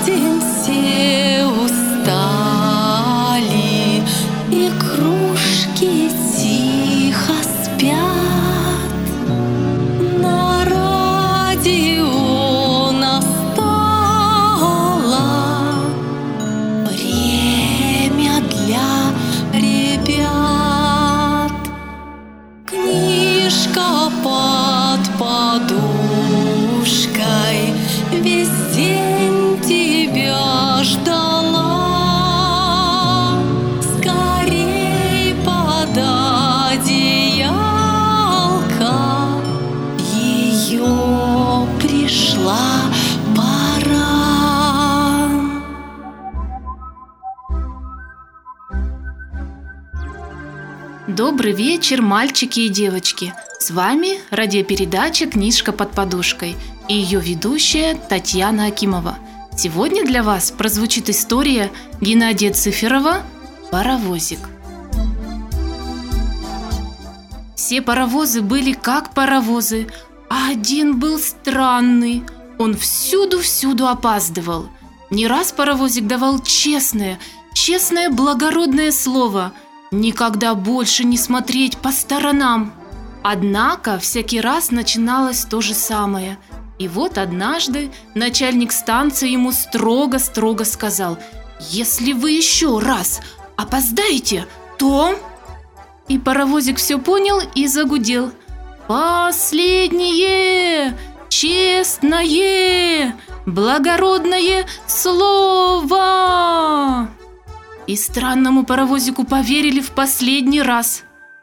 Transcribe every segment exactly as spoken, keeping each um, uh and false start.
день все устали, и кружки тихо спят. На радио настало время для ребят. Книжка под подушкой весь день тебя ждала. Скорей под одеялко, ее пришла пора. Добрый вечер, мальчики и девочки! С вами радиопередача «Книжка под подушкой» и ее ведущая Татьяна Акимова. Сегодня для вас прозвучит история Геннадия Циферова «Паровозик». Все паровозы были как паровозы, а один был странный. Он всюду-всюду опаздывал. Не раз паровозик давал честное, честное благородное слово – никогда больше не смотреть по сторонам. Однако всякий раз начиналось то же самое. И вот однажды начальник станции ему строго-строго сказал: «Если вы еще раз опоздаете, то…» И паровозик все понял и загудел: «Последнее честное благородное слово!» И странному паровозику поверили в последний раз.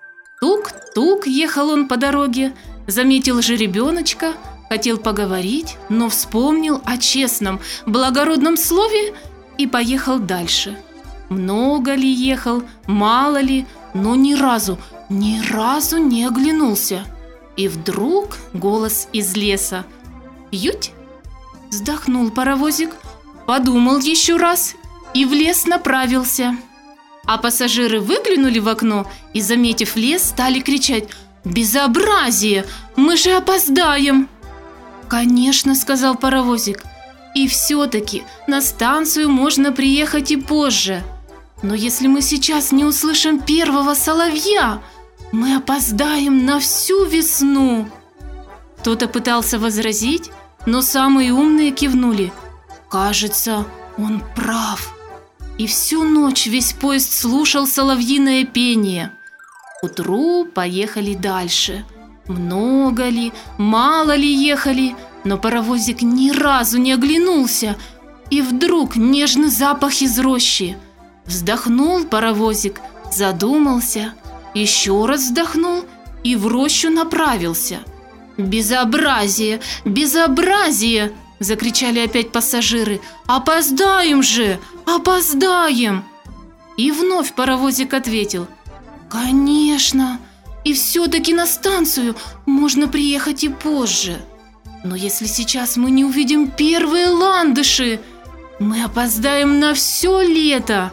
Тук-тук ехал он по дороге, заметил жеребеночка, хотел поговорить, но вспомнил о честном, благородном слове и поехал дальше. Много ли ехал, мало ли, но ни разу, ни разу не оглянулся. И вдруг голос из леса: «Ють!» Вздохнул паровозик, подумал еще раз и в лес направился. А пассажиры выглянули в окно и, заметив лес, стали кричать: «Безобразие! Мы же опоздаем!» «Конечно, — сказал паровозик, — и все-таки на станцию можно приехать и позже. Но если мы сейчас не услышим первого соловья, мы опоздаем на всю весну». Кто-то пытался возразить, но самые умные кивнули: «Кажется, он прав». И всю ночь весь поезд слушал соловьиное пение. К утру поехали дальше. Много ли, мало ли ехали, но паровозик ни разу не оглянулся. И вдруг нежный запах из рощи. Вздохнул паровозик, задумался, еще раз вздохнул и в рощу направился. «Безобразие! Безобразие!» – закричали опять пассажиры. «Опоздаем же! Опоздаем!» И вновь паровозик ответил: «Конечно! И все-таки на станцию можно приехать и позже. Но если сейчас мы не увидим первые ландыши, мы опоздаем на все лето».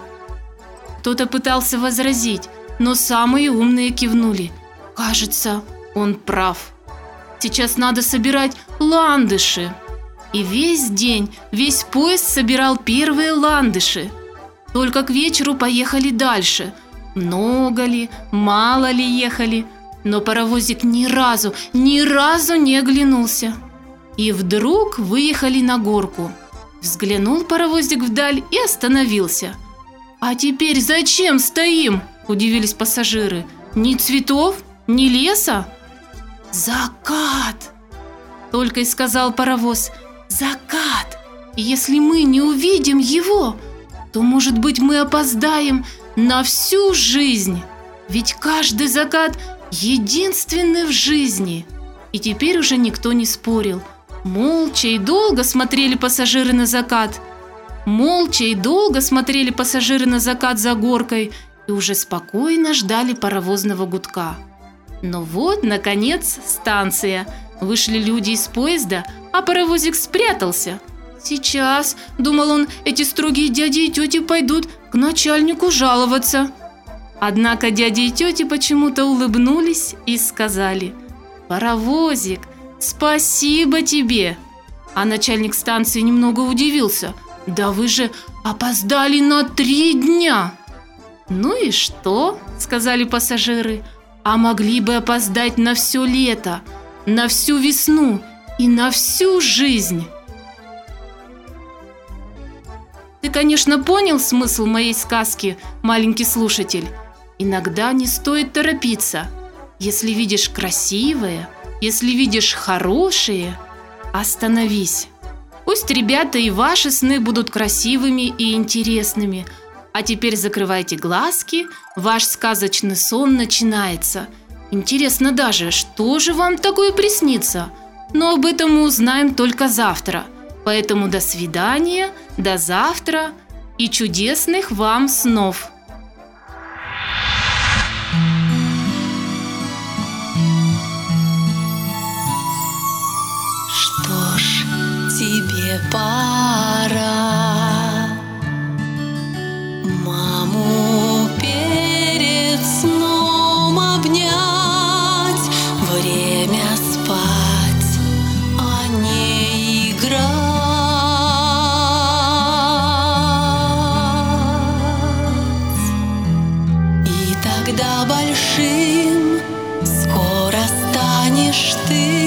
Кто-то пытался возразить, но самые умные кивнули: «Кажется, он прав. Сейчас надо собирать ландыши». И весь день, весь поезд собирал первые ландыши. Только к вечеру поехали дальше. Много ли, мало ли ехали, но паровозик ни разу, ни разу не оглянулся. И вдруг выехали на горку. Взглянул паровозик вдаль и остановился. «А теперь зачем стоим?» – удивились пассажиры. «Ни цветов, ни леса?» «Закат!» – только и сказал паровоз. «Закат! И если мы не увидим его, то, может быть, мы опоздаем на всю жизнь. Ведь каждый закат единственный в жизни». И теперь уже никто не спорил. Молча и долго смотрели пассажиры на закат. Молча и долго смотрели пассажиры на закат за горкой и уже спокойно ждали паровозного гудка. Но вот, наконец, станция. Вышли люди из поезда, а паровозик спрятался. «Сейчас, — думал он, — эти строгие дяди и тети пойдут к начальнику жаловаться». Однако дяди и тети почему-то улыбнулись и сказали: «Паровозик, спасибо тебе!» А начальник станции немного удивился. Да вы же опоздали на три дня!» «Ну и что?» – сказали пассажиры. «А могли бы опоздать на все лето, на всю весну и на всю жизнь!» Ты, конечно, понял смысл моей сказки, маленький слушатель? Иногда не стоит торопиться. Если видишь красивое, если видишь хорошее, остановись. Пусть, ребята, и ваши сны будут красивыми и интересными. А теперь закрывайте глазки, ваш сказочный сон начинается. Интересно даже, что же вам такое приснится? Но об этом мы узнаем только завтра. Поэтому до свидания, до завтра и чудесных вам снов! Что ж, тебе пора маму перед сном обнять. Время спать, а не играть. И тогда большим скоро станешь ты.